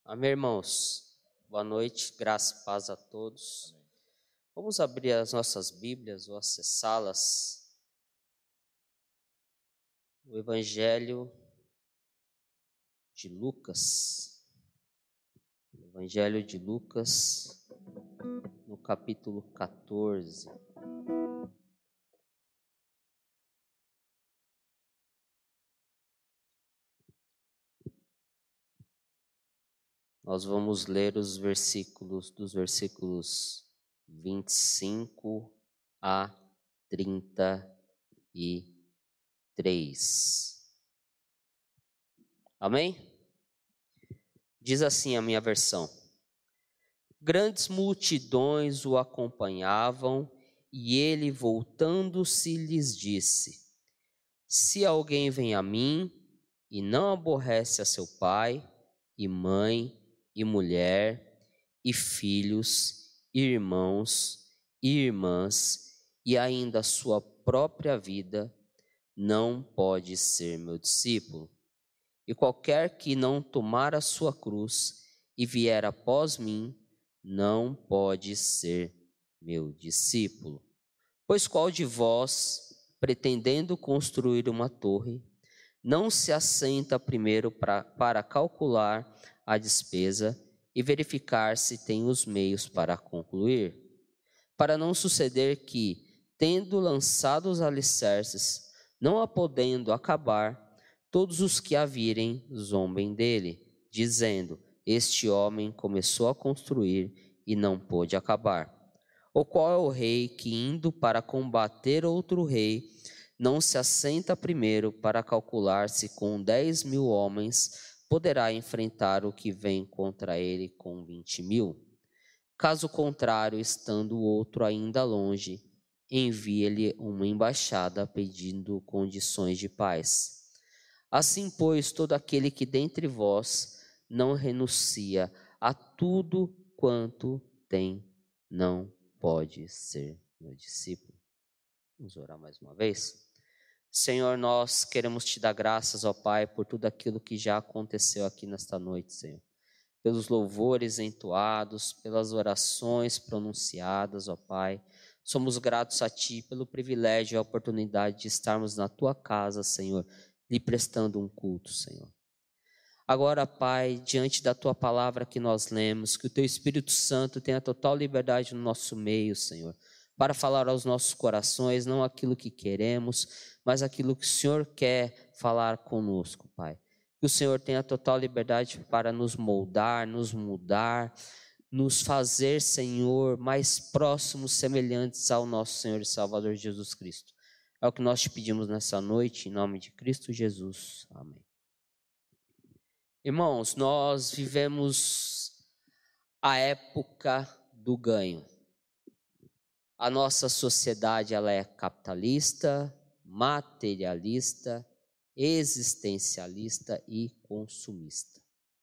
Amém, irmãos. Boa noite, graça e paz a todos. Amém. Vamos abrir as nossas Bíblias ou acessá-las. O Evangelho de Lucas. Evangelho de Lucas, no capítulo 14. Nós vamos ler os versículos, dos versículos 25 a 33. Amém? Diz assim a minha versão: grandes multidões o acompanhavam, e ele, voltando-se, lhes disse: se alguém vem a mim e não aborrece a seu pai, e mãe, e mulher, e filhos, e irmãos, e irmãs, e ainda a sua própria vida, não pode ser meu discípulo. E qualquer que não tomar a sua cruz e vier após mim, não pode ser meu discípulo. Pois qual de vós, pretendendo construir uma torre, não se assenta primeiro para calcular a despesa e verificar se tem os meios para concluir? Para não suceder que, tendo lançado os alicerces, não a podendo acabar, todos os que a virem zombem dele, dizendo: este homem começou a construir e não pôde acabar. Ou qual é o rei que, indo para combater outro rei, não se assenta primeiro para calcular se com 10.000 homens poderá enfrentar o que vem contra ele com 20.000? Caso contrário, estando o outro ainda longe, envie-lhe uma embaixada pedindo condições de paz. Assim, pois, todo aquele que dentre vós não renuncia a tudo quanto tem, não pode ser meu discípulo. Vamos orar mais uma vez? Senhor, nós queremos te dar graças, ó Pai, por tudo aquilo que já aconteceu aqui nesta noite, Senhor. Pelos louvores entoados, pelas orações pronunciadas, ó Pai. Somos gratos a Ti pelo privilégio e a oportunidade de estarmos na Tua casa, Senhor, lhe prestando um culto, Senhor. Agora, Pai, diante da Tua palavra que nós lemos, que o Teu Espírito Santo tenha total liberdade no nosso meio, Senhor, para falar aos nossos corações, não aquilo que queremos, mas aquilo que o Senhor quer falar conosco, Pai. Que o Senhor tenha total liberdade para nos moldar, nos mudar, nos fazer, Senhor, mais próximos, semelhantes ao nosso Senhor e Salvador Jesus Cristo. É o que nós te pedimos nessa noite, em nome de Cristo Jesus. Amém. Irmãos, nós vivemos a época do ganho. A nossa sociedade ela é capitalista, materialista, existencialista e consumista.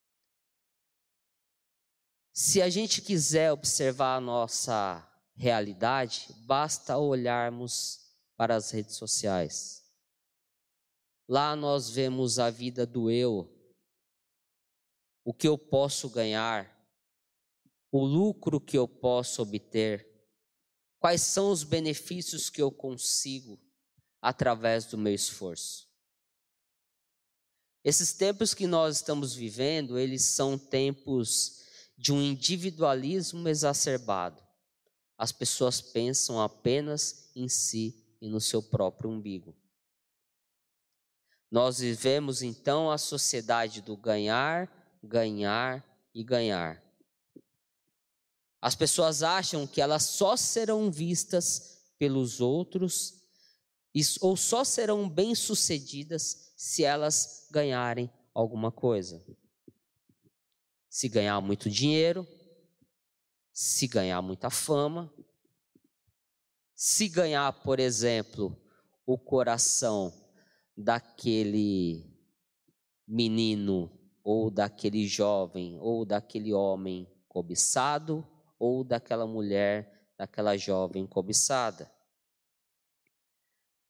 Se a gente quiser observar a nossa realidade, basta olharmos para as redes sociais. Lá nós vemos a vida do eu, o que eu posso ganhar, o lucro que eu posso obter, quais são os benefícios que eu consigo através do meu esforço. Esses tempos que nós estamos vivendo, eles são tempos de um individualismo exacerbado. As pessoas pensam apenas em si e no seu próprio umbigo. Nós vivemos então a sociedade do ganhar, ganhar e ganhar. As pessoas acham que elas só serão vistas pelos outros ou só serão bem-sucedidas se elas ganharem alguma coisa. Se ganhar muito dinheiro, se ganhar muita fama, se ganhar, por exemplo, o coração daquele menino ou daquele jovem ou daquele homem cobiçado ou daquela mulher, daquela jovem cobiçada.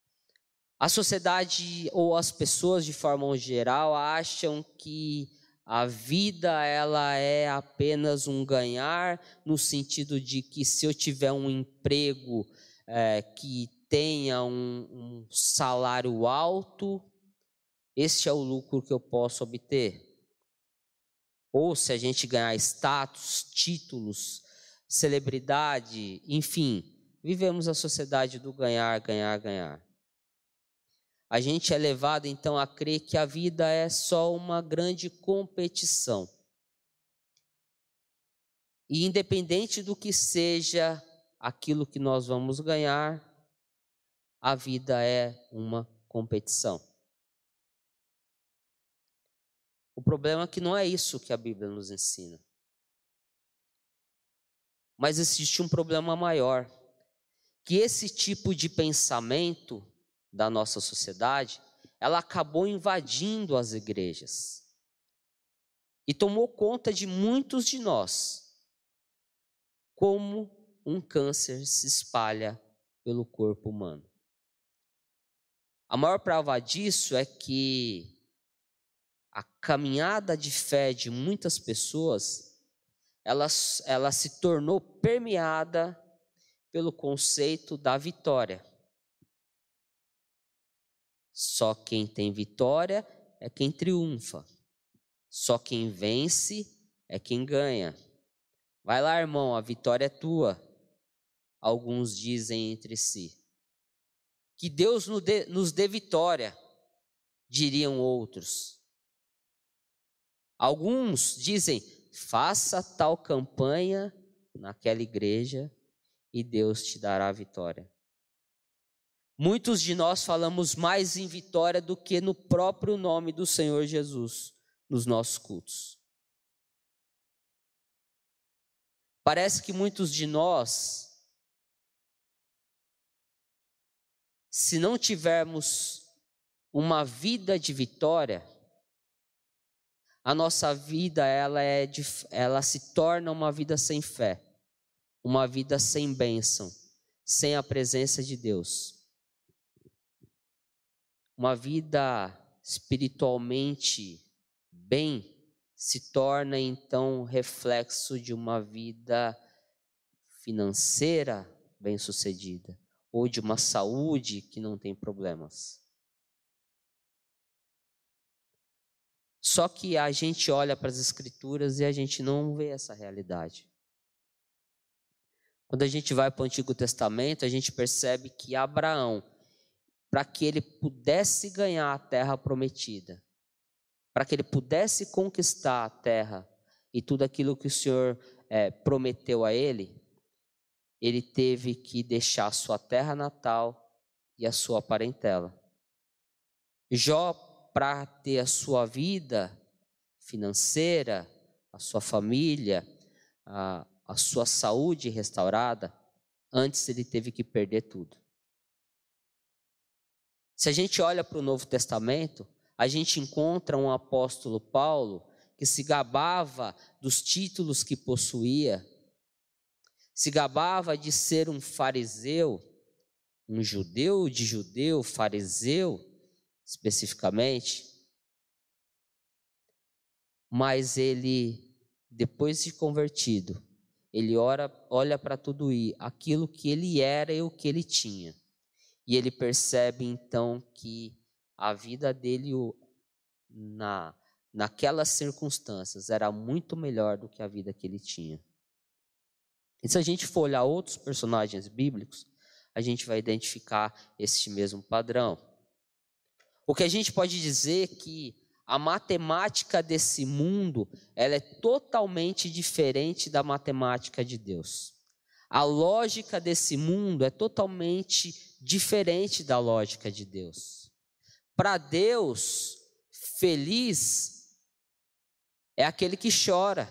A sociedade ou as pessoas de forma geral acham que a vida ela é apenas um ganhar, no sentido de que se eu tiver um emprego que tenha um salário alto, este é o lucro que eu posso obter. Ou se a gente ganhar status, títulos, celebridade, enfim, vivemos a sociedade do ganhar, ganhar, ganhar. A gente é levado então a crer que a vida é só uma grande competição. E independente do que seja aquilo que nós vamos ganhar, a vida é uma competição. O problema é que não é isso que a Bíblia nos ensina. Mas existe um problema maior, que esse tipo de pensamento da nossa sociedade, ela acabou invadindo as igrejas e tomou conta de muitos de nós, como um câncer se espalha pelo corpo humano. A maior prova disso é que a caminhada de fé de muitas pessoas, ela se tornou permeada pelo conceito da vitória. Só quem tem vitória é quem triunfa. Só quem vence é quem ganha. Vai lá, irmão, a vitória é tua. Alguns dizem entre si. Que Deus nos dê vitória, diriam outros. Alguns dizem, faça tal campanha naquela igreja e Deus te dará a vitória. Muitos de nós falamos mais em vitória do que no próprio nome do Senhor Jesus nos nossos cultos. Parece que muitos de nós, se não tivermos uma vida de vitória, a nossa vida ela se torna uma vida sem fé, uma vida sem bênção, sem a presença de Deus. Uma vida espiritualmente bem se torna então reflexo de uma vida financeira bem-sucedida ou de uma saúde que não tem problemas. Só que a gente olha para as Escrituras e a gente não vê essa realidade. Quando a gente vai para o Antigo Testamento, a gente percebe que Abraão, para que ele pudesse ganhar a terra prometida, para que ele pudesse conquistar a terra e tudo aquilo que o Senhor prometeu a ele, ele teve que deixar a sua terra natal e a sua parentela. Jó, para ter a sua vida financeira, a sua família, a sua saúde restaurada, antes ele teve que perder tudo. Se a gente olha para o Novo Testamento, a gente encontra um apóstolo Paulo que se gabava dos títulos que possuía, se gabava de ser um fariseu, um judeu de judeu, fariseu especificamente, mas ele, depois de convertido, ele olha para tudo aquilo que ele era e o que ele tinha, e ele percebe então que a vida dele naquelas circunstâncias era muito melhor do que a vida que ele tinha. E se a gente for olhar outros personagens bíblicos, a gente vai identificar este mesmo padrão. O que a gente pode dizer é que a matemática desse mundo, ela é totalmente diferente da matemática de Deus. A lógica desse mundo é totalmente diferente da lógica de Deus. Para Deus, feliz é aquele que chora.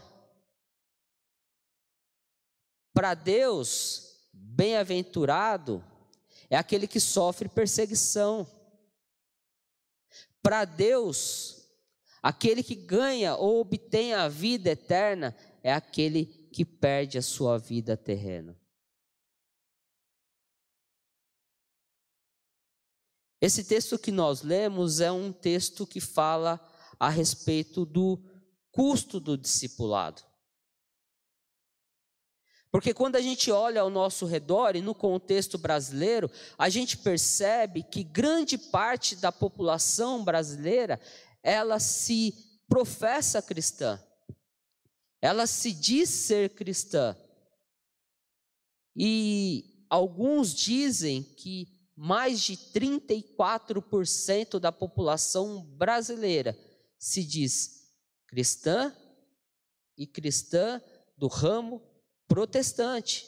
Para Deus, bem-aventurado é aquele que sofre perseguição. Para Deus, aquele que ganha ou obtém a vida eterna é aquele que perde a sua vida terrena. Esse texto que nós lemos é um texto que fala a respeito do custo do discipulado. Porque quando a gente olha ao nosso redor e no contexto brasileiro, a gente percebe que grande parte da população brasileira, ela se professa cristã. Ela se diz ser cristã. E alguns dizem que mais de 34% da população brasileira se diz cristã e cristã do ramo protestante.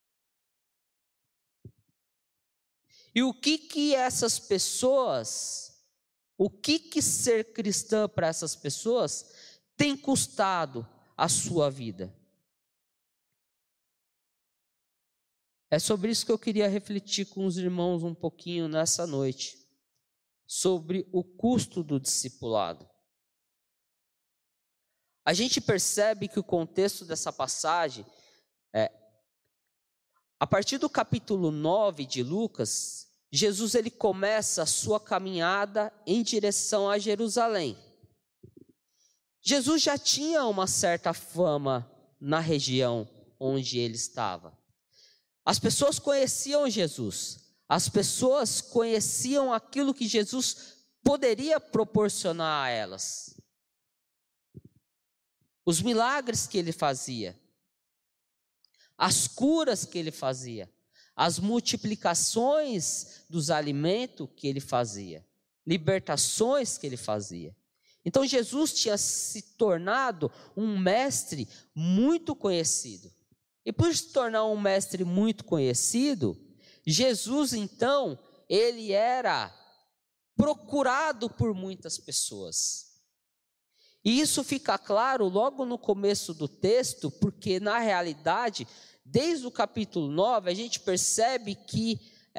E o que essas pessoas, o que ser cristã para essas pessoas tem custado a sua vida? É sobre isso que eu queria refletir com os irmãos um pouquinho nessa noite, sobre o custo do discipulado. A gente percebe que o contexto dessa passagem a partir do capítulo 9 de Lucas, Jesus ele começa a sua caminhada em direção a Jerusalém. Jesus já tinha uma certa fama na região onde ele estava. As pessoas conheciam Jesus, as pessoas conheciam aquilo que Jesus poderia proporcionar a elas. Os milagres que ele fazia, as curas que ele fazia, as multiplicações dos alimentos que ele fazia, libertações que ele fazia. Então Jesus tinha se tornado um mestre muito conhecido. E por se tornar um mestre muito conhecido, Jesus então, ele era procurado por muitas pessoas. E isso fica claro logo no começo do texto, porque na realidade, desde o capítulo 9, a gente percebe que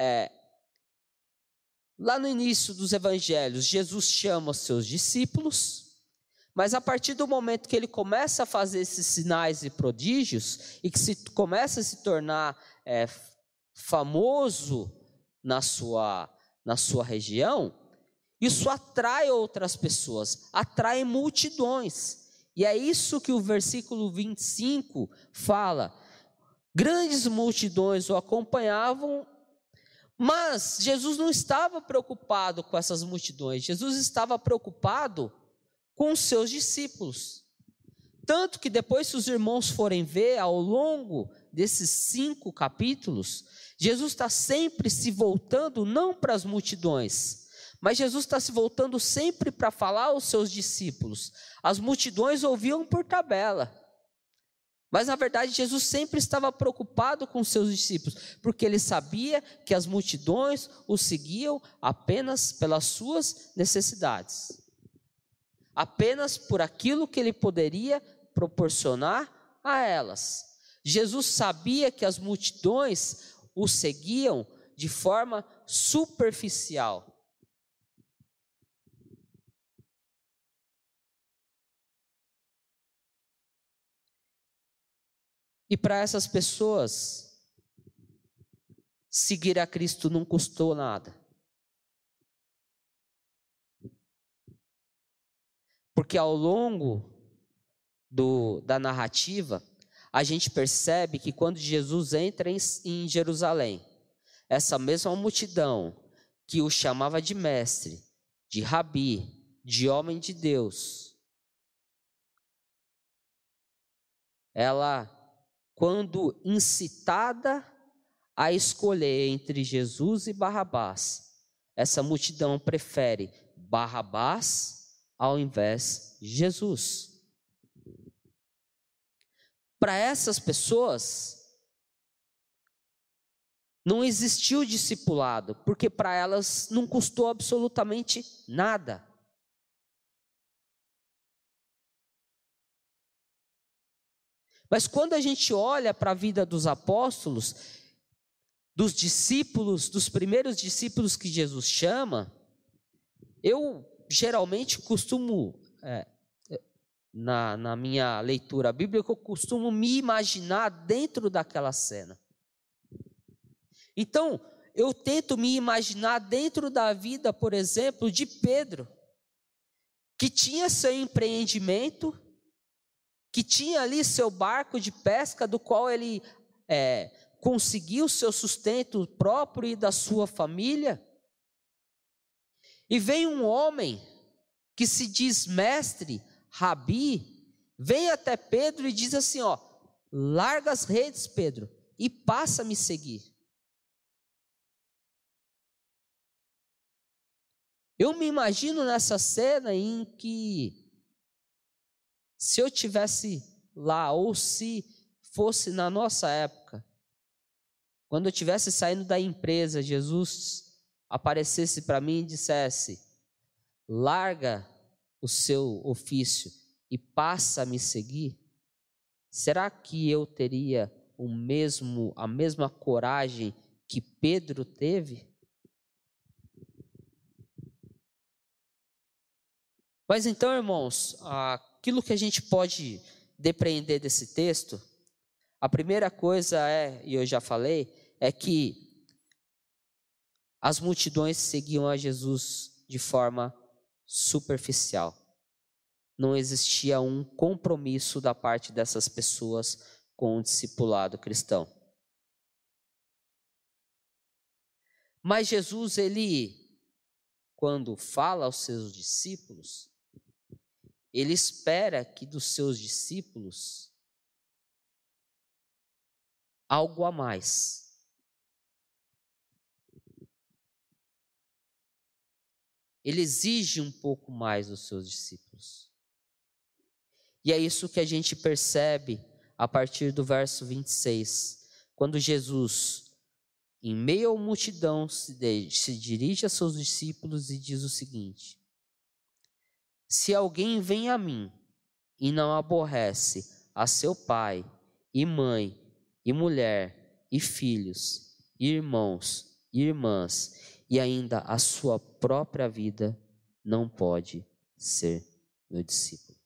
lá no início dos evangelhos, Jesus chama os seus discípulos, mas a partir do momento que ele começa a fazer esses sinais e prodígios, e que começa a se tornar famoso na sua região, isso atrai outras pessoas, atrai multidões. E é isso que o versículo 25 fala. Grandes multidões o acompanhavam, mas Jesus não estava preocupado com essas multidões. Jesus estava preocupado com os seus discípulos. Tanto que depois, se os irmãos forem ver, ao longo desses 5 capítulos, Jesus está sempre se voltando não para as multidões, mas Jesus está se voltando sempre para falar aos seus discípulos. As multidões ouviam por tabela, mas na verdade Jesus sempre estava preocupado com os seus discípulos, porque ele sabia que as multidões o seguiam apenas pelas suas necessidades, apenas por aquilo que ele poderia proporcionar a elas. Jesus sabia que as multidões o seguiam de forma superficial. E para essas pessoas, seguir a Cristo não custou nada. Porque ao longo da narrativa, a gente percebe que quando Jesus entra em Jerusalém, essa mesma multidão que o chamava de mestre, de rabi, de homem de Deus, ela, quando incitada a escolher entre Jesus e Barrabás, essa multidão prefere Barrabás ao invés de Jesus. Para essas pessoas, não existiu discipulado, porque para elas não custou absolutamente nada. Mas quando a gente olha para a vida dos apóstolos, dos discípulos, dos primeiros discípulos que Jesus chama, eu geralmente costumo, na minha leitura bíblica, eu costumo me imaginar dentro daquela cena. Então, eu tento me imaginar dentro da vida, por exemplo, de Pedro, que tinha seu empreendimento, que tinha ali seu barco de pesca, do qual ele conseguiu seu sustento próprio e da sua família. E vem um homem que se diz mestre, rabi, vem até Pedro e diz assim, ó, larga as redes, Pedro, e passa a me seguir. Eu me imagino nessa cena em que, se eu tivesse lá, ou se fosse na nossa época, quando eu estivesse saindo da empresa, Jesus aparecesse para mim e dissesse, larga o seu ofício e passa a me seguir, será que eu teria a mesma coragem que Pedro teve? Mas então, irmãos, aquilo que a gente pode depreender desse texto, a primeira coisa e eu já falei, é que as multidões seguiam a Jesus de forma superficial. Não existia um compromisso da parte dessas pessoas com o discipulado cristão. Mas Jesus, quando fala aos seus discípulos, ele espera que dos seus discípulos algo a mais. Ele exige um pouco mais dos seus discípulos. E é isso que a gente percebe a partir do verso 26, quando Jesus, em meio à multidão, se dirige a seus discípulos e diz o seguinte: se alguém vem a mim e não aborrece a seu pai e mãe e mulher e filhos, e irmãos e irmãs, e ainda a sua própria vida, não pode ser meu discípulo.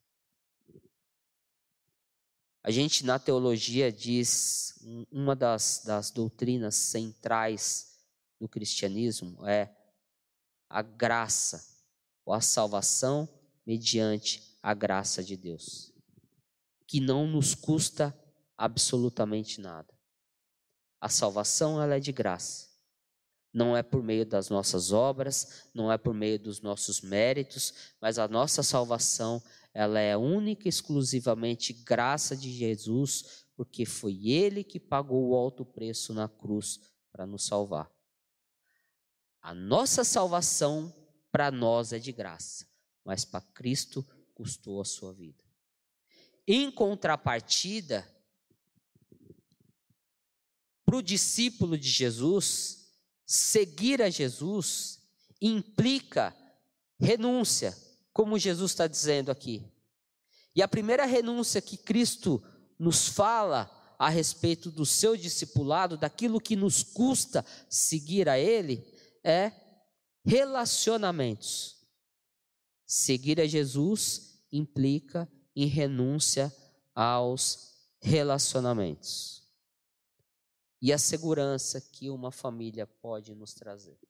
A gente na teologia diz, uma das doutrinas centrais do cristianismo é a graça, ou a salvação mediante a graça de Deus, que não nos custa absolutamente nada. A salvação, ela é de graça. Não é por meio das nossas obras, não é por meio dos nossos méritos, mas a nossa salvação, ela é única e exclusivamente graça de Jesus, porque foi Ele que pagou o alto preço na cruz para nos salvar. A nossa salvação para nós é de graça, mas para Cristo custou a sua vida. Em contrapartida, para o discípulo de Jesus, seguir a Jesus implica renúncia, como Jesus está dizendo aqui. E a primeira renúncia que Cristo nos fala a respeito do seu discipulado, daquilo que nos custa seguir a Ele, é relacionamentos. Seguir a Jesus implica em renúncia aos relacionamentos. E a segurança que uma família pode nos trazer.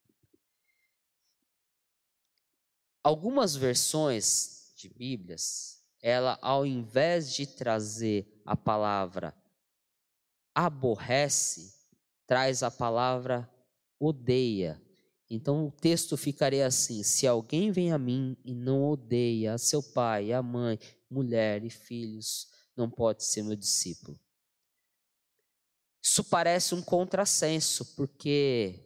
Algumas versões de Bíblias, ela, ao invés de trazer a palavra aborrece, traz a palavra odeia. Então o texto ficaria assim: se alguém vem a mim e não odeia a seu pai, a mãe, mulher e filhos, não pode ser meu discípulo. Isso parece um contrassenso, porque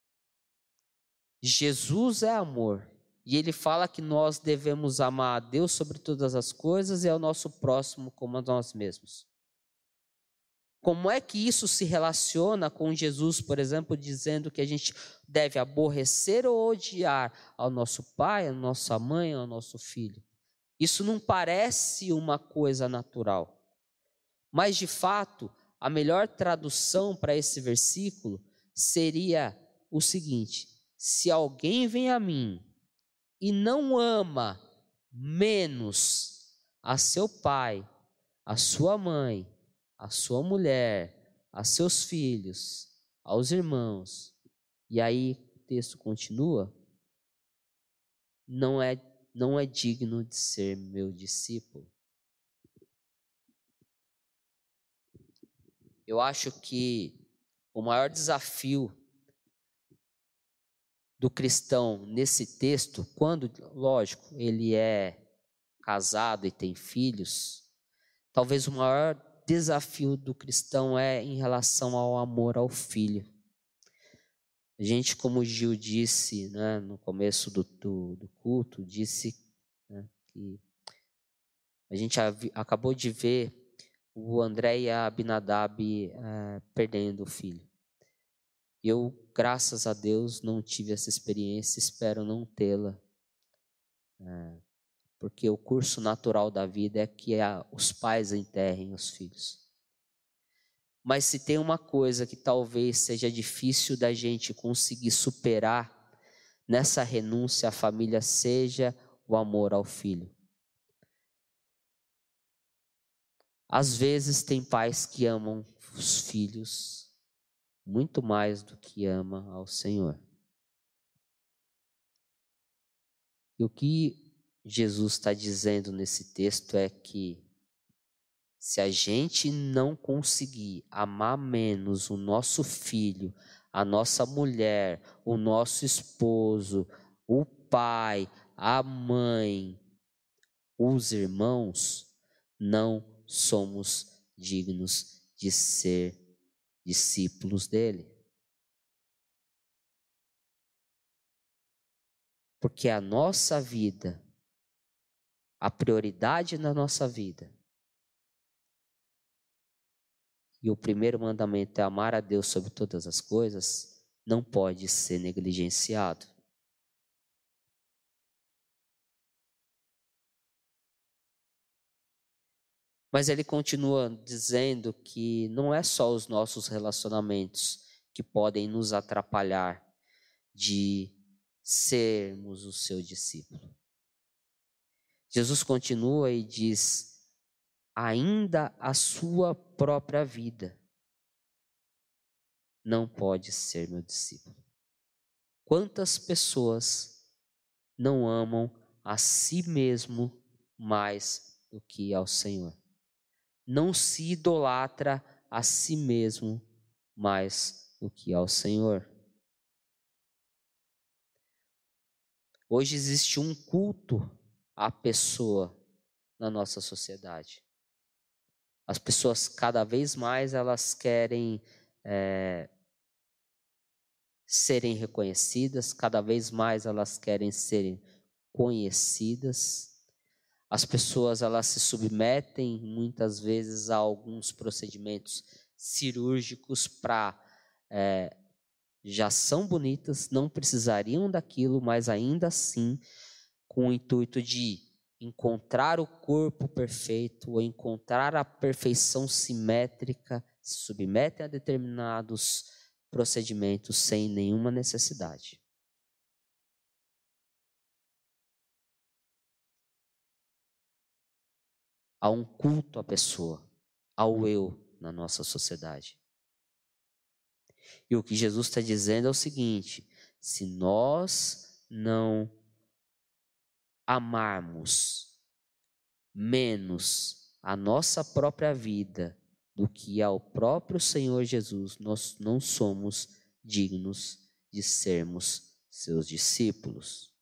Jesus é amor, e ele fala que nós devemos amar a Deus sobre todas as coisas e ao nosso próximo como a nós mesmos. Como é que isso se relaciona com Jesus, por exemplo, dizendo que a gente deve aborrecer ou odiar ao nosso pai, à nossa mãe, ao nosso filho? Isso não parece uma coisa natural. Mas, de fato, a melhor tradução para esse versículo seria o seguinte: se alguém vem a mim e não ama menos a seu pai, a sua mãe, a sua mulher, a seus filhos, aos irmãos, e aí o texto continua, não é digno de ser meu discípulo. eu acho que o maior desafio do cristão nesse texto, quando, lógico, ele é casado e tem filhos, talvez o maior desafio do cristão é em relação ao amor ao filho. A gente, como o Gil disse, né, no começo do culto, disse, né, que a gente acabou de ver o André e a Abinadab perdendo o filho. Eu, graças a Deus, não tive essa experiência, espero não tê-la. Porque o curso natural da vida é que os pais enterrem os filhos. Mas se tem uma coisa que talvez seja difícil da gente conseguir superar nessa renúncia à família, seja o amor ao filho. Às vezes tem pais que amam os filhos muito mais do que ama ao Senhor. E o que Jesus está dizendo nesse texto é que se a gente não conseguir amar menos o nosso filho, a nossa mulher, o nosso esposo, o pai, a mãe, os irmãos, não somos dignos de ser discípulos dele. Porque a nossa vida, a prioridade na nossa vida, e o primeiro mandamento é amar a Deus sobre todas as coisas, não pode ser negligenciado. Mas ele continua dizendo que não é só os nossos relacionamentos que podem nos atrapalhar de sermos o seu discípulo. Jesus continua e diz: ainda a sua própria vida não pode ser meu discípulo. Quantas pessoas não amam a si mesmo mais do que ao Senhor? Não se idolatra a si mesmo mais do que ao Senhor. Hoje existe um culto à pessoa na nossa sociedade. As pessoas cada vez mais elas querem serem reconhecidas, cada vez mais elas querem serem conhecidas. As pessoas elas se submetem muitas vezes a alguns procedimentos cirúrgicos para já são bonitas, não precisariam daquilo, mas ainda assim com o intuito de encontrar o corpo perfeito ou encontrar a perfeição simétrica, se submetem a determinados procedimentos sem nenhuma necessidade. Há um culto à pessoa, ao eu na nossa sociedade. E o que Jesus está dizendo é o seguinte: se nós não amarmos menos a nossa própria vida do que ao próprio Senhor Jesus, nós não somos dignos de sermos seus discípulos.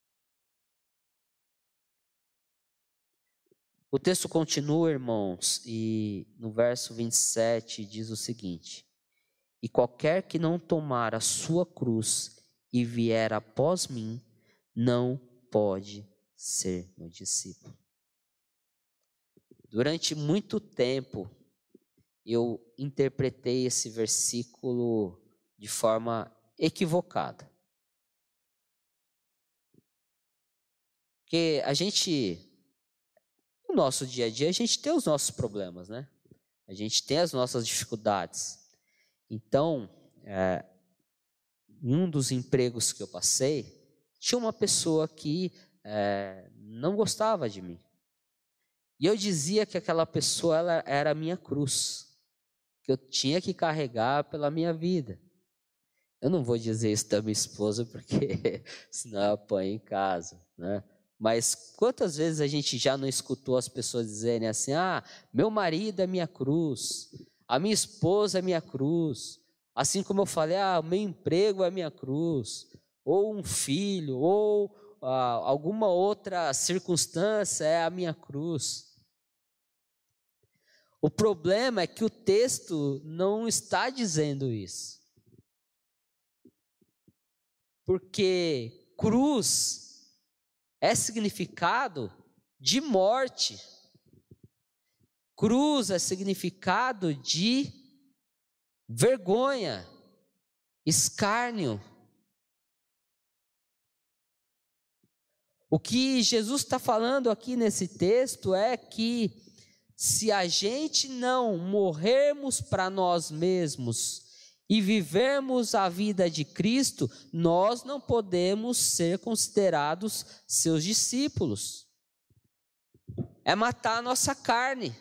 O texto continua, irmãos, e no verso 27 diz o seguinte: e qualquer que não tomar a sua cruz e vier após mim, não pode ser meu discípulo. Durante muito tempo, eu interpretei esse versículo de forma equivocada. Porque no nosso dia a dia, a gente tem os nossos problemas, né? A gente tem as nossas dificuldades. Então, em um dos empregos que eu passei, tinha uma pessoa que não gostava de mim. E eu dizia que aquela pessoa ela era a minha cruz, que eu tinha que carregar pela minha vida. Eu não vou dizer isso da minha esposa, porque senão eu apanho em casa, né? Mas quantas vezes a gente já não escutou as pessoas dizerem assim: ah, meu marido é minha cruz, a minha esposa é minha cruz. Assim como eu falei, o meu emprego é minha cruz. Ou um filho, ou alguma outra circunstância é a minha cruz. O problema é que o texto não está dizendo isso. Porque cruz é significado de morte. Cruz é significado de vergonha, escárnio. O que Jesus está falando aqui nesse texto é que se a gente não morrermos para nós mesmos e vivermos a vida de Cristo, nós não podemos ser considerados seus discípulos. É matar a nossa carne,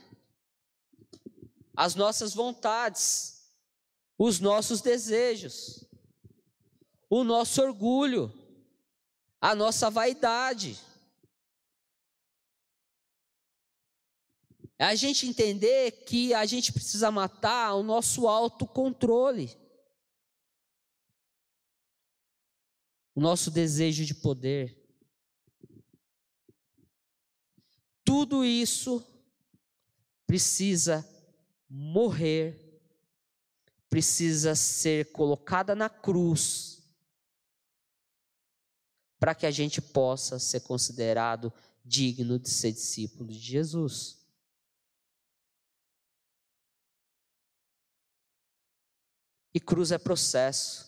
as nossas vontades, os nossos desejos, o nosso orgulho, a nossa vaidade. É a gente entender que a gente precisa matar o nosso autocontrole, o nosso desejo de poder. Tudo isso precisa morrer, precisa ser colocada na cruz, para que a gente possa ser considerado digno de ser discípulo de Jesus. E cruz é processo.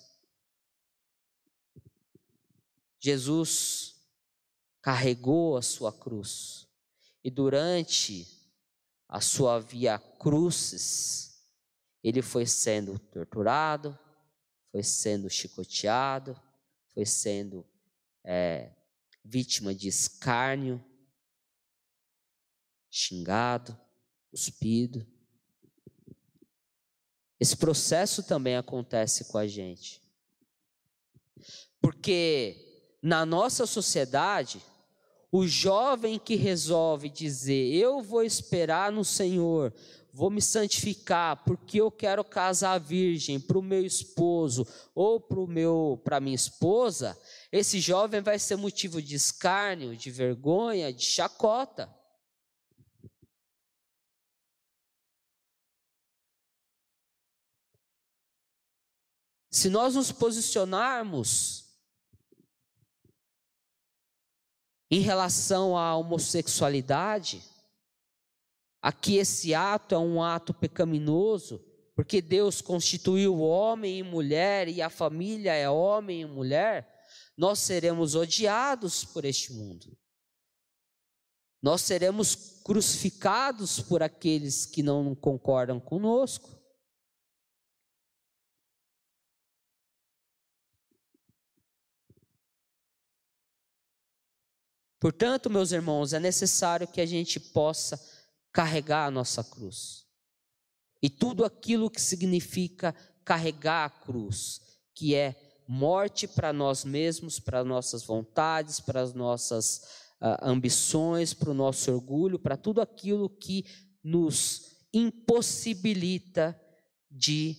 Jesus carregou a sua cruz. E durante a sua via crucis, ele foi sendo torturado, foi sendo chicoteado, foi sendo vítima de escárnio, xingado, cuspido. Esse processo também acontece com a gente. Porque na nossa sociedade, o jovem que resolve dizer, eu vou esperar no Senhor, vou me santificar, porque eu quero casar virgem para o meu esposo ou para minha esposa, esse jovem vai ser motivo de escárnio, de vergonha, de chacota. Se nós nos posicionarmos em relação à homossexualidade, aqui esse ato é um ato pecaminoso, porque Deus constituiu o homem e mulher e a família é homem e mulher, nós seremos odiados por este mundo. Nós seremos crucificados por aqueles que não concordam conosco. Portanto, meus irmãos, é necessário que a gente possa carregar a nossa cruz. E tudo aquilo que significa carregar a cruz, que é morte para nós mesmos, para nossas vontades, para as nossas ambições, para o nosso orgulho, para tudo aquilo que nos impossibilita de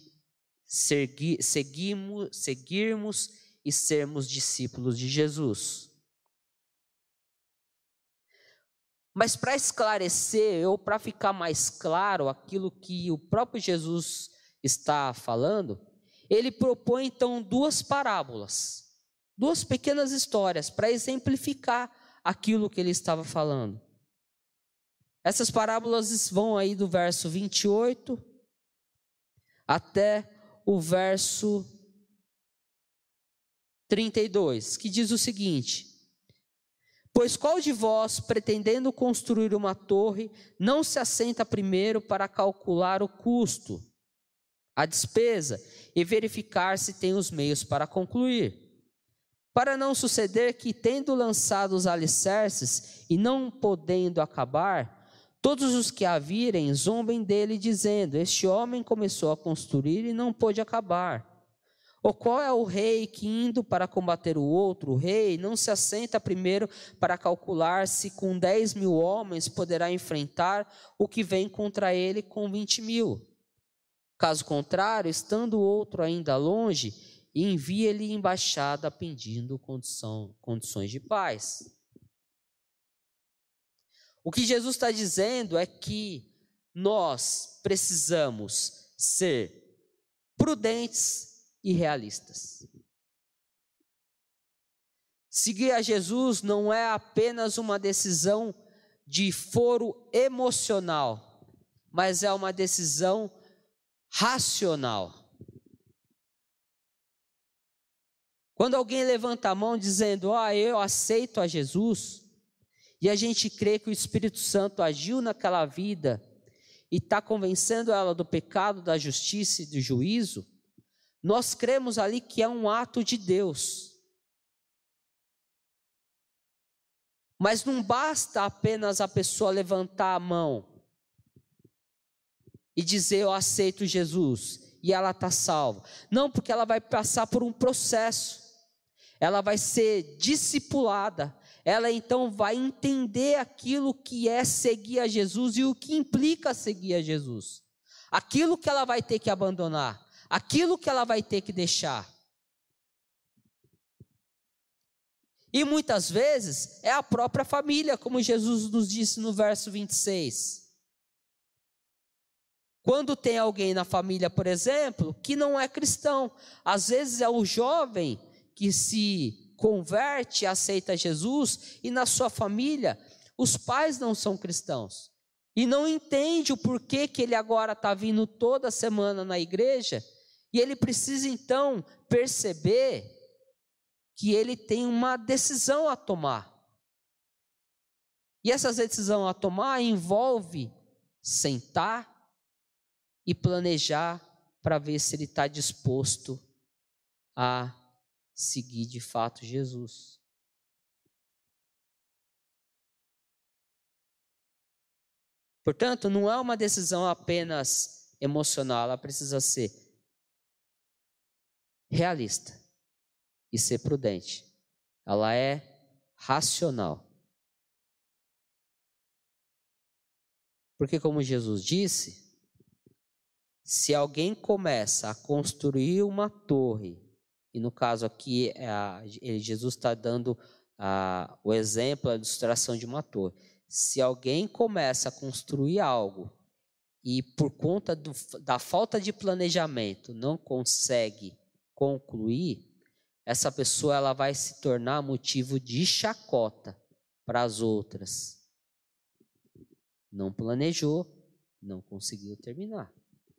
seguirmos e sermos discípulos de Jesus. Mas para esclarecer, ou para ficar mais claro aquilo que o próprio Jesus está falando, ele propõe então duas parábolas, duas pequenas histórias para exemplificar aquilo que ele estava falando. Essas parábolas vão aí do verso 28 até o verso 32, que diz o seguinte: pois qual de vós, pretendendo construir uma torre, não se assenta primeiro para calcular o custo, a despesa, e verificar se tem os meios para concluir? Para não suceder que, tendo lançado os alicerces e não podendo acabar, todos os que a virem zombem dele, dizendo, este homem começou a construir e não pôde acabar. Ou qual é o rei que, indo para combater o outro rei, não se assenta primeiro para calcular se com 10.000 homens poderá enfrentar o que vem contra ele com 20.000? Caso contrário, estando o outro ainda longe, envia-lhe embaixada pedindo condições de paz. O que Jesus está dizendo é que nós precisamos ser prudentes e realistas. Seguir a Jesus não é apenas uma decisão de foro emocional, mas é uma decisão racional. Quando alguém levanta a mão dizendo, eu aceito a Jesus, e a gente crê que o Espírito Santo agiu naquela vida e está convencendo ela do pecado, da justiça e do juízo, nós cremos ali que é um ato de Deus. Mas não basta apenas a pessoa levantar a mão e dizer, eu aceito Jesus, e ela está salva. Não, porque ela vai passar por um processo. Ela vai ser discipulada. Ela então vai entender aquilo que é seguir a Jesus e o que implica seguir a Jesus. Aquilo que ela vai ter que abandonar, aquilo que ela vai ter que deixar. E muitas vezes é a própria família, como Jesus nos disse no verso 26. Quando tem alguém na família, por exemplo, que não é cristão, às vezes é o jovem que se converte e aceita Jesus, e na sua família, os pais não são cristãos, e não entende o porquê que ele agora está vindo toda semana na igreja, e ele precisa então perceber que ele tem uma decisão a tomar. E essa decisão a tomar envolve sentar e planejar para ver se ele está disposto a seguir de fato Jesus. Portanto, não é uma decisão apenas emocional, ela precisa ser realista e ser prudente. Ela é racional. Porque, como Jesus disse, se alguém começa a construir uma torre, e no caso aqui, Jesus está dando o exemplo, a ilustração de uma torre. Se alguém começa a construir algo e por conta da falta de planejamento não consegue concluir, essa pessoa ela vai se tornar motivo de chacota para as outras. Não planejou, não conseguiu terminar.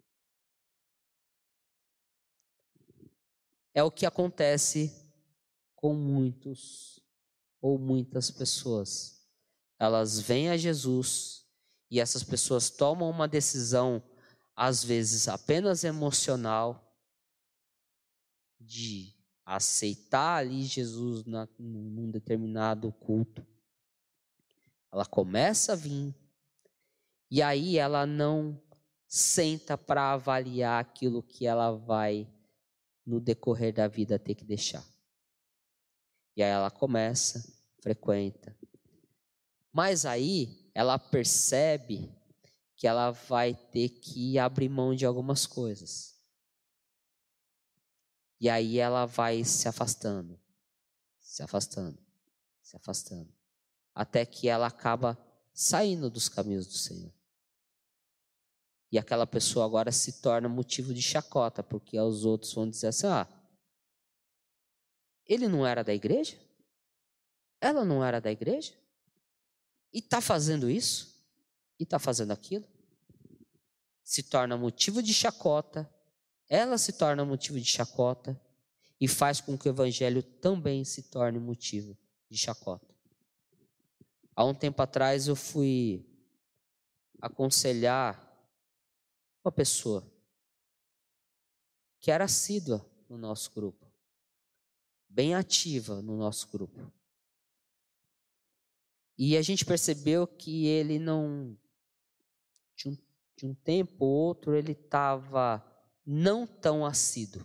É o que acontece com muitos ou muitas pessoas. Elas vêm a Jesus e essas pessoas tomam uma decisão, às vezes apenas emocional, de aceitar ali Jesus num determinado culto. Ela começa a vir e aí ela não senta para avaliar aquilo que ela vai no decorrer da vida ter que deixar. E aí ela começa, frequenta. Mas aí ela percebe que ela vai ter que abrir mão de algumas coisas. E aí ela vai se afastando, se afastando, se afastando. Até que ela acaba saindo dos caminhos do Senhor. E aquela pessoa agora se torna motivo de chacota, porque os outros vão dizer assim, ele não era da igreja? Ela não era da igreja? E está fazendo isso? E está fazendo aquilo? Se torna motivo de chacota, ela se torna motivo de chacota e faz com que o evangelho também se torne motivo de chacota. Há um tempo atrás eu fui aconselhar uma pessoa que era assídua no nosso grupo, bem ativa no nosso grupo. E a gente percebeu que ele não, de um tempo ou outro, ele estava não tão assíduo.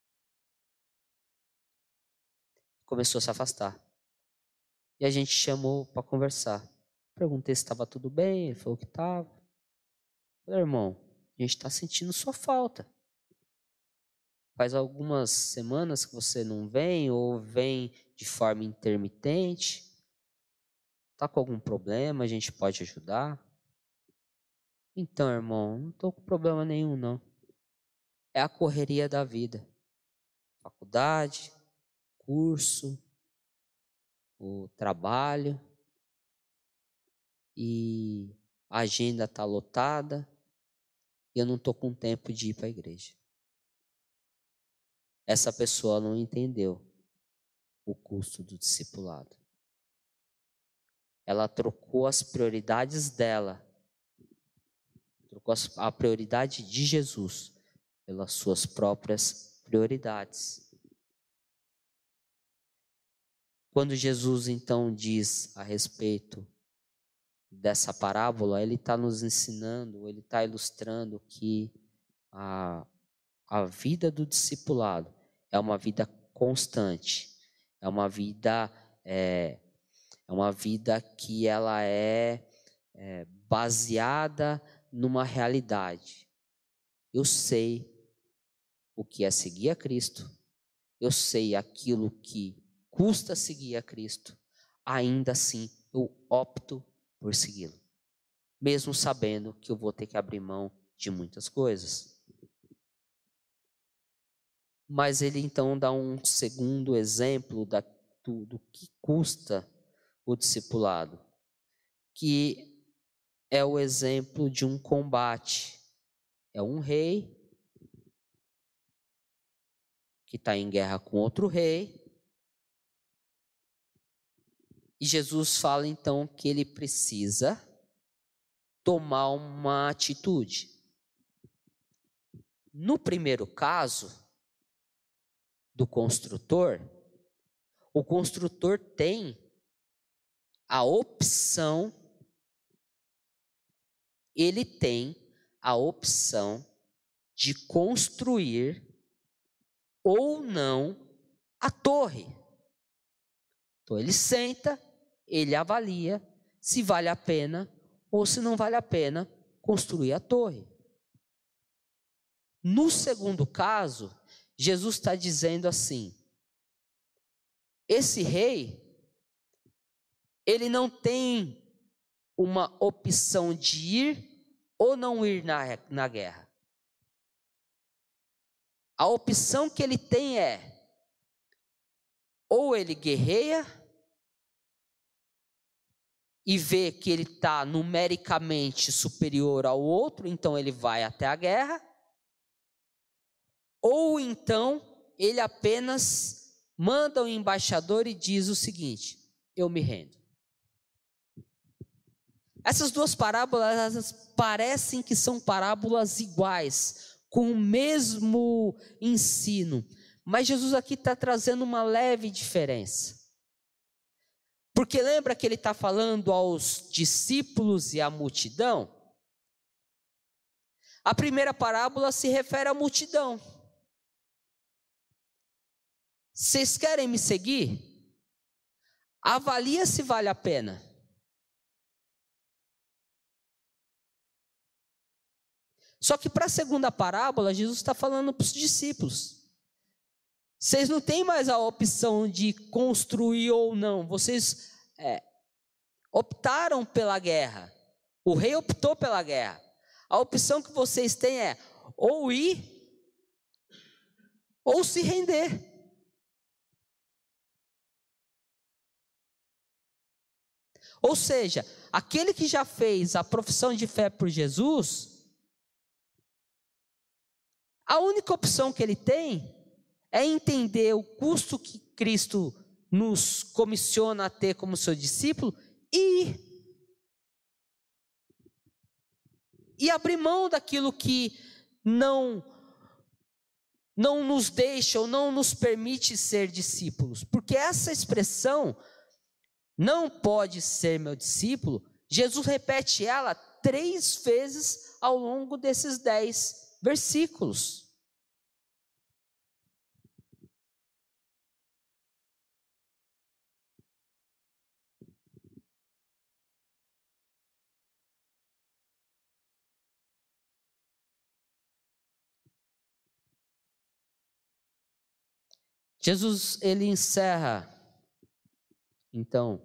Começou a se afastar. E a gente chamou para conversar. Perguntei se estava tudo bem, ele falou que estava. Falei, irmão, A gente está sentindo sua falta. Faz algumas semanas que você não vem ou vem de forma intermitente. Está com algum problema? A gente pode ajudar? Então, irmão, não estou com problema nenhum, não. É a correria da vida. Faculdade, curso, o trabalho. E a agenda está lotada. E eu não estou com tempo de ir para a igreja. Essa pessoa não entendeu o custo do discipulado. Ela trocou as prioridades dela, trocou a prioridade de Jesus pelas suas próprias prioridades. Quando Jesus então diz a respeito dessa parábola, ele está nos ensinando, ele está ilustrando que a vida do discipulado é uma vida constante, é uma vida que ela é baseada numa realidade. Eu sei o que é seguir a Cristo, eu sei aquilo que custa seguir a Cristo, ainda assim eu opto por segui-lo, mesmo sabendo que eu vou ter que abrir mão de muitas coisas. Mas ele então dá um segundo exemplo do que custa o discipulado, que é o exemplo de um combate. É um rei que está em guerra com outro rei. E Jesus fala então que ele precisa tomar uma atitude. No primeiro caso do construtor, o construtor tem a opção, ele tem a opção de construir ou não a torre. Então ele senta, ele avalia se vale a pena ou se não vale a pena construir a torre. No segundo caso, Jesus está dizendo assim: esse rei, ele não tem uma opção de ir ou não ir na guerra. A opção que ele tem é, ou ele guerreia e vê que ele está numericamente superior ao outro, então ele vai até a guerra, ou então ele apenas manda um embaixador e diz o seguinte: eu me rendo. Essas duas parábolas, elas parecem que são parábolas iguais, com o mesmo ensino, mas Jesus aqui está trazendo uma leve diferença. Porque lembra que ele está falando aos discípulos e à multidão? A primeira parábola se refere à multidão. Vocês querem me seguir? Avalia se vale a pena. Só que para a segunda parábola, Jesus está falando para os discípulos. Vocês não têm mais a opção de construir ou não. Vocês optaram pela guerra. O rei optou pela guerra. A opção que vocês têm é ou ir ou se render. Ou seja, aquele que já fez a profissão de fé por Jesus, a única opção que ele tem é entender o custo que Cristo nos comissiona a ter como seu discípulo e abrir mão daquilo que não nos deixa ou não nos permite ser discípulos. Porque essa expressão, não pode ser meu discípulo, Jesus repete ela 3 vezes ao longo desses 10 versículos. Jesus, ele encerra, então,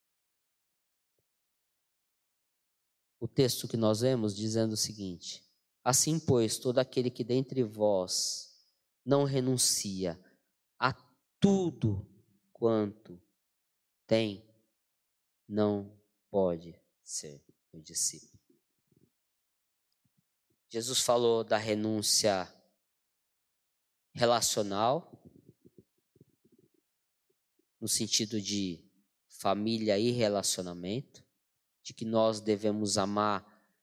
o texto que nós vemos dizendo o seguinte: assim, pois, todo aquele que dentre vós não renuncia a tudo quanto tem, não pode ser meu discípulo. Jesus falou da renúncia relacional, no sentido de família e relacionamento, de que nós devemos amar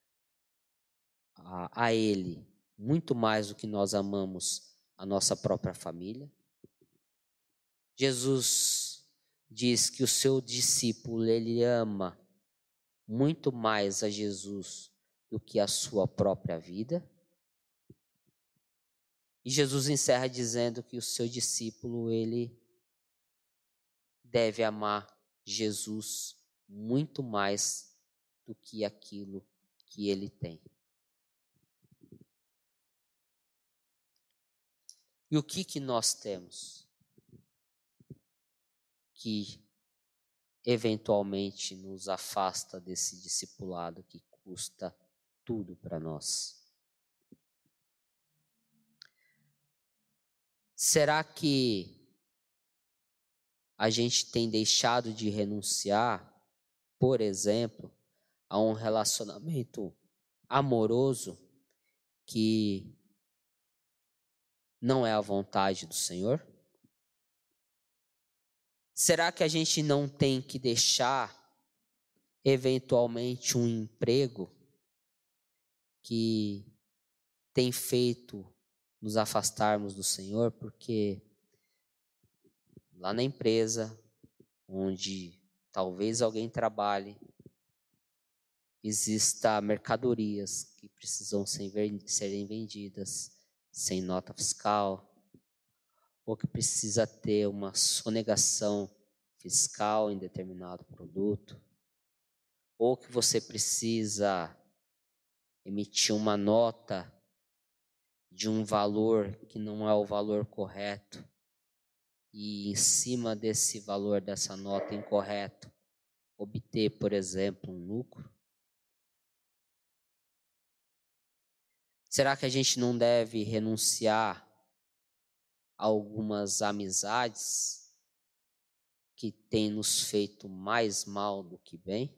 a Ele muito mais do que nós amamos a nossa própria família. Jesus diz que o seu discípulo, ele ama muito mais a Jesus do que a sua própria vida. E Jesus encerra dizendo que o seu discípulo, ele deve amar Jesus muito mais do que aquilo que ele tem. E o que nós temos que eventualmente nos afasta desse discipulado que custa tudo para nós? Será que a gente tem deixado de renunciar, por exemplo, a um relacionamento amoroso que não é a vontade do Senhor? Será que a gente não tem que deixar, eventualmente, um emprego que tem feito nos afastarmos do Senhor? Porque lá na empresa, onde talvez alguém trabalhe, exista mercadorias que precisam serem vendidas sem nota fiscal, ou que precisa ter uma sonegação fiscal em determinado produto, ou que você precisa emitir uma nota de um valor que não é o valor correto, e em cima desse valor, dessa nota incorreta, obter, por exemplo, um lucro? Será que a gente não deve renunciar a algumas amizades que têm nos feito mais mal do que bem?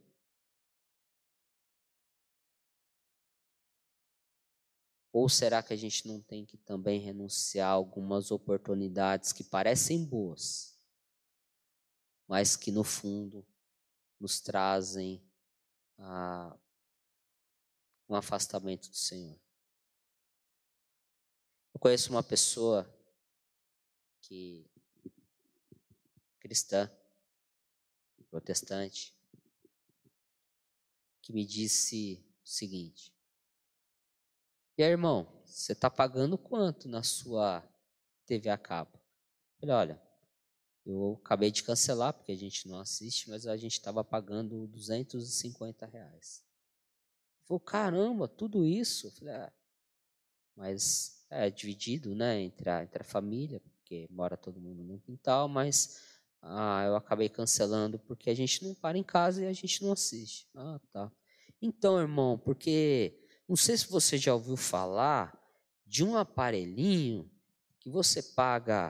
Ou será que a gente não tem que também renunciar a algumas oportunidades que parecem boas, mas que no fundo nos trazem um afastamento do Senhor? Eu conheço uma pessoa cristã, protestante, que me disse o seguinte: e aí, irmão, você está pagando quanto na sua TV a cabo? Eu falei: olha, eu acabei de cancelar porque a gente não assiste, mas a gente estava pagando R$250. Ele falou: caramba, tudo isso? Eu falei: mas é dividido, né, entre a família, porque mora todo mundo no quintal, mas eu acabei cancelando porque a gente não para em casa e a gente não assiste. Ah, tá. Então, irmão, porque não sei se você já ouviu falar de um aparelhinho que você paga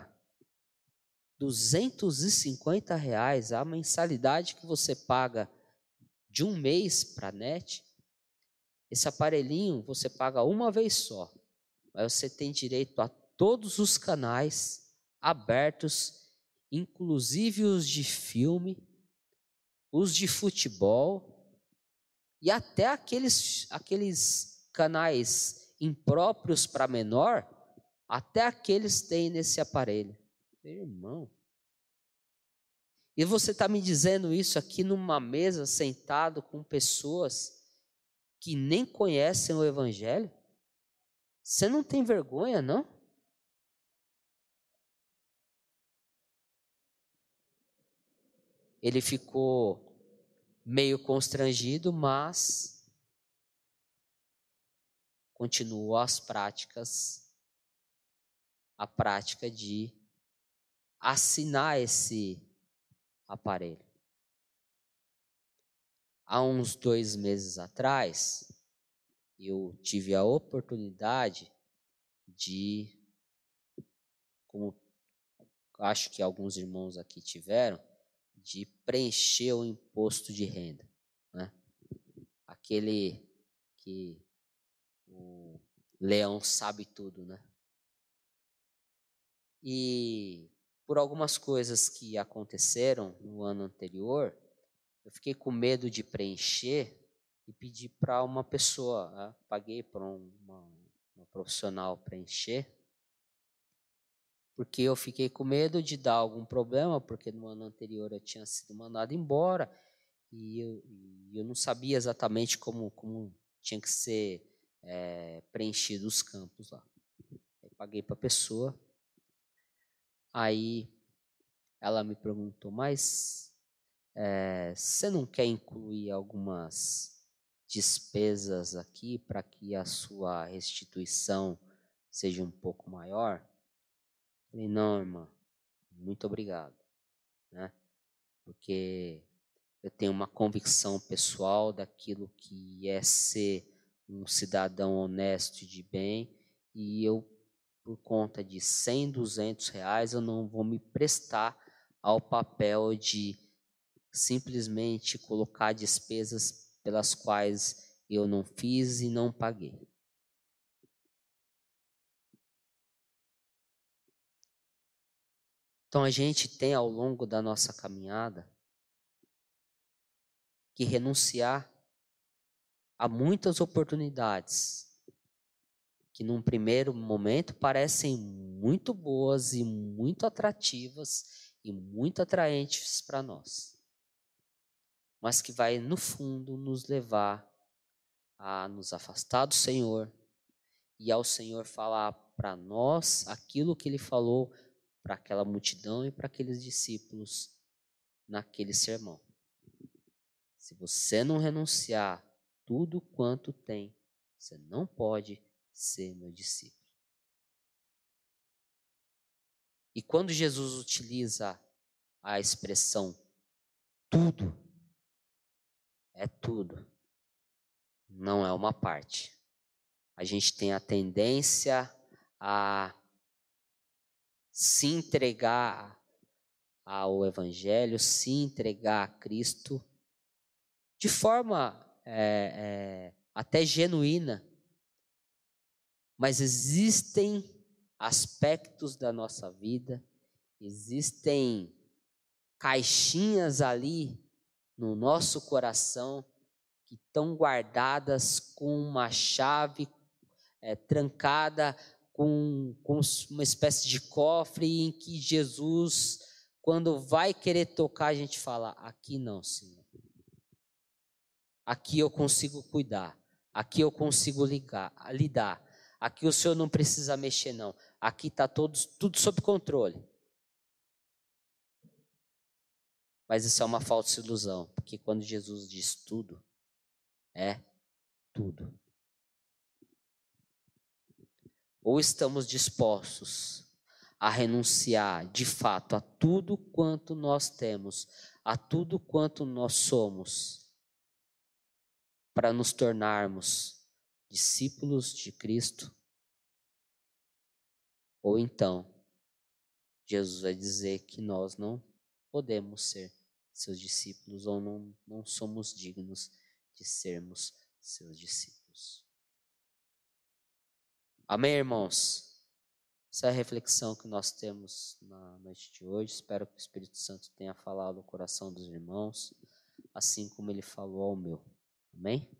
R$250, a mensalidade que você paga de um mês para a net. Esse aparelhinho você paga uma vez só, mas você tem direito a todos os canais abertos, inclusive os de filme, os de futebol e até aqueles canais impróprios para menor, até aqueles têm nesse aparelho. Meu irmão, e você está me dizendo isso aqui numa mesa, sentado com pessoas que nem conhecem o Evangelho? Você não tem vergonha, não? Ele ficou meio constrangido, mas continuou a prática de assinar esse aparelho. Há uns 2 meses atrás, eu tive a oportunidade de, como acho que alguns irmãos aqui tiveram, de preencher o imposto de renda, né? Aquele que o leão sabe tudo, né? E por algumas coisas que aconteceram no ano anterior, eu fiquei com medo de preencher e pedi para uma pessoa, né? Paguei para uma profissional preencher, porque eu fiquei com medo de dar algum problema, porque no ano anterior eu tinha sido mandado embora e eu não sabia exatamente como tinha que ser preenchido os campos lá. Aí paguei para a pessoa, aí ela me perguntou, mas você não quer incluir algumas despesas aqui para que a sua restituição seja um pouco maior? Falei, não, irmã, muito obrigado, né? Porque eu tenho uma convicção pessoal daquilo que é ser um cidadão honesto e de bem, e eu, por conta de 100, 200 reais, eu não vou me prestar ao papel de simplesmente colocar despesas pelas quais eu não fiz e não paguei. Então a gente tem ao longo da nossa caminhada que renunciar a muitas oportunidades que num primeiro momento parecem muito boas e muito atrativas e muito atraentes para nós, mas que vai no fundo nos levar a nos afastar do Senhor e ao Senhor falar para nós aquilo que Ele falou para aquela multidão e para aqueles discípulos naquele sermão. Se você não renunciar tudo quanto tem, você não pode ser meu discípulo. E quando Jesus utiliza a expressão tudo, é tudo, não é uma parte. A gente tem a tendência a se entregar ao Evangelho, se entregar a Cristo de forma até genuína, mas existem aspectos da nossa vida, existem caixinhas ali no nosso coração que estão guardadas com uma chave trancada, com uma espécie de cofre em que Jesus, quando vai querer tocar, a gente fala, aqui não, Senhor. Aqui eu consigo cuidar, aqui eu consigo lidar, aqui o Senhor não precisa mexer não, aqui está tudo sob controle. Mas isso é uma falsa ilusão, porque quando Jesus diz tudo, é tudo. Ou estamos dispostos a renunciar de fato a tudo quanto nós temos, a tudo quanto nós somos, para nos tornarmos discípulos de Cristo, ou então Jesus vai dizer que nós não podemos ser seus discípulos ou não somos dignos de sermos seus discípulos. Amém, irmãos? Essa é a reflexão que nós temos na noite de hoje. Espero que o Espírito Santo tenha falado ao coração dos irmãos, assim como ele falou ao meu. Amém?